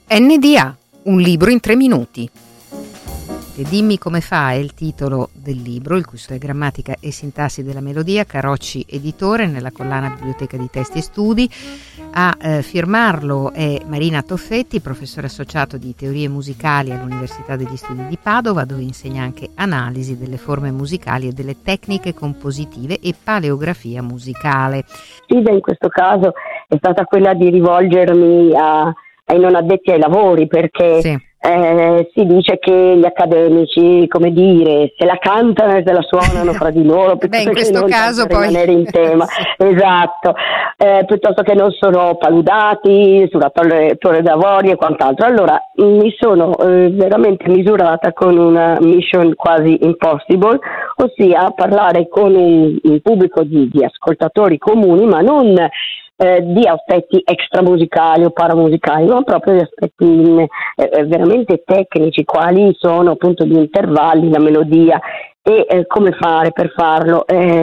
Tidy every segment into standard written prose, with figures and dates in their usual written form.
NDA, un libro in 3 minuti. E dimmi come fa è il titolo del libro, il cui è Grammatica e sintassi della melodia, Carocci editore, nella collana Biblioteca di Testi e Studi. A firmarlo è Marina Toffetti, professore associato di teorie musicali all'Università degli Studi di Padova, dove insegna anche analisi delle forme musicali e delle tecniche compositive e paleografia musicale. Sfida in questo caso è stata quella di rivolgermi ai non addetti ai lavori, perché sì. Si dice che gli accademici, come dire, se la cantano e se la suonano fra di loro, in questo caso poi rimanere in tema, sì. Esatto, piuttosto che non sono paludati sulla torre d'avorio e quant'altro. Allora mi sono veramente misurata con una mission quasi impossible, ossia parlare con un pubblico di ascoltatori comuni, ma non di aspetti extramusicali o paramusicali, ma proprio di aspetti veramente tecnici, quali sono appunto gli intervalli, la melodia e come fare per farlo,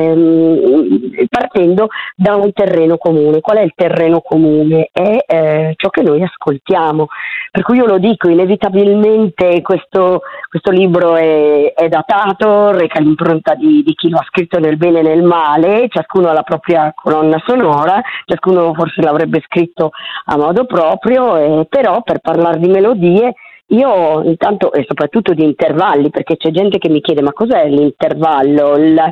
partendo da un terreno comune. Qual è il terreno comune? È ciò che noi ascoltiamo, per cui io lo dico, inevitabilmente questo libro è datato, reca l'impronta di chi lo ha scritto nel bene e nel male, ciascuno ha la propria colonna sonora, ciascuno forse l'avrebbe scritto a modo proprio, però per parlare di melodie io intanto, e soprattutto di intervalli, perché c'è gente che mi chiede ma cos'è l'intervallo, la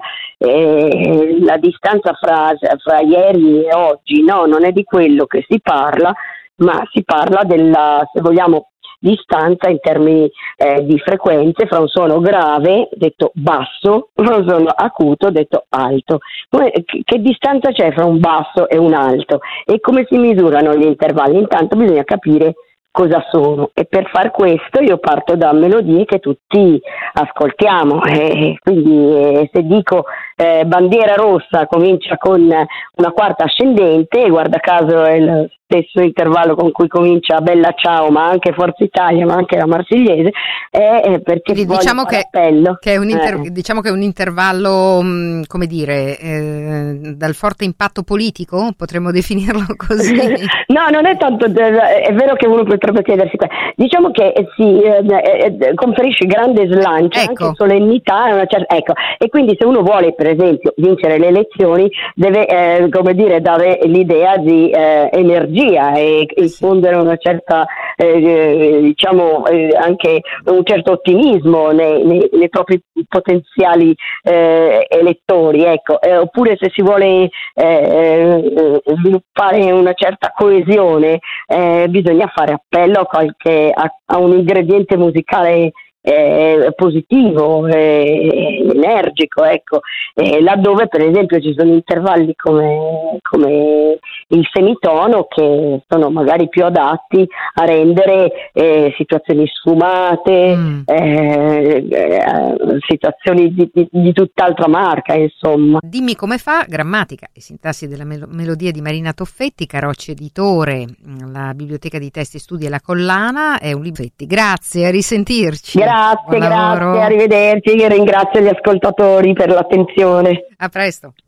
distanza fra ieri e oggi. No, non è di quello che si parla, ma si parla della, se vogliamo, distanza in termini di frequenze fra un suono grave detto basso e un suono acuto detto alto. Che distanza c'è fra un basso e un alto e come si misurano gli intervalli? Intanto bisogna capire cosa sono, e per far questo io parto da melodie che tutti ascoltiamo, quindi se dico bandiera rossa comincia con una quarta ascendente, e guarda caso è il stesso intervallo con cui comincia Bella Ciao, ma anche Forza Italia, ma anche la Marsigliese, perché diciamo che è un diciamo che è un intervallo, come dire, dal forte impatto politico, potremmo definirlo così. No, non è tanto, è vero che uno potrebbe chiedersi questo. Diciamo che si conferisce grande slancio, ecco, anche solennità, ecco, e quindi se uno vuole per esempio vincere le elezioni deve come dire dare l'idea di energia e infondere una certa diciamo anche un certo ottimismo nei propri potenziali elettori, ecco. Oppure se si vuole sviluppare una certa coesione bisogna fare appello a un ingrediente musicale positivo, energico, ecco, laddove per esempio ci sono intervalli come il semitono che sono magari più adatti a rendere situazioni sfumate, situazioni di tutt'altra marca, insomma. Dimmi come fa, Grammatica e sintassi della melodia di Marina Toffetti, Carocci editore, la Biblioteca di Testi e Studi e la collana, è un libretti. Grazie, a risentirci. Grazie, arrivederci. Io ringrazio gli ascoltatori per l'attenzione. A presto.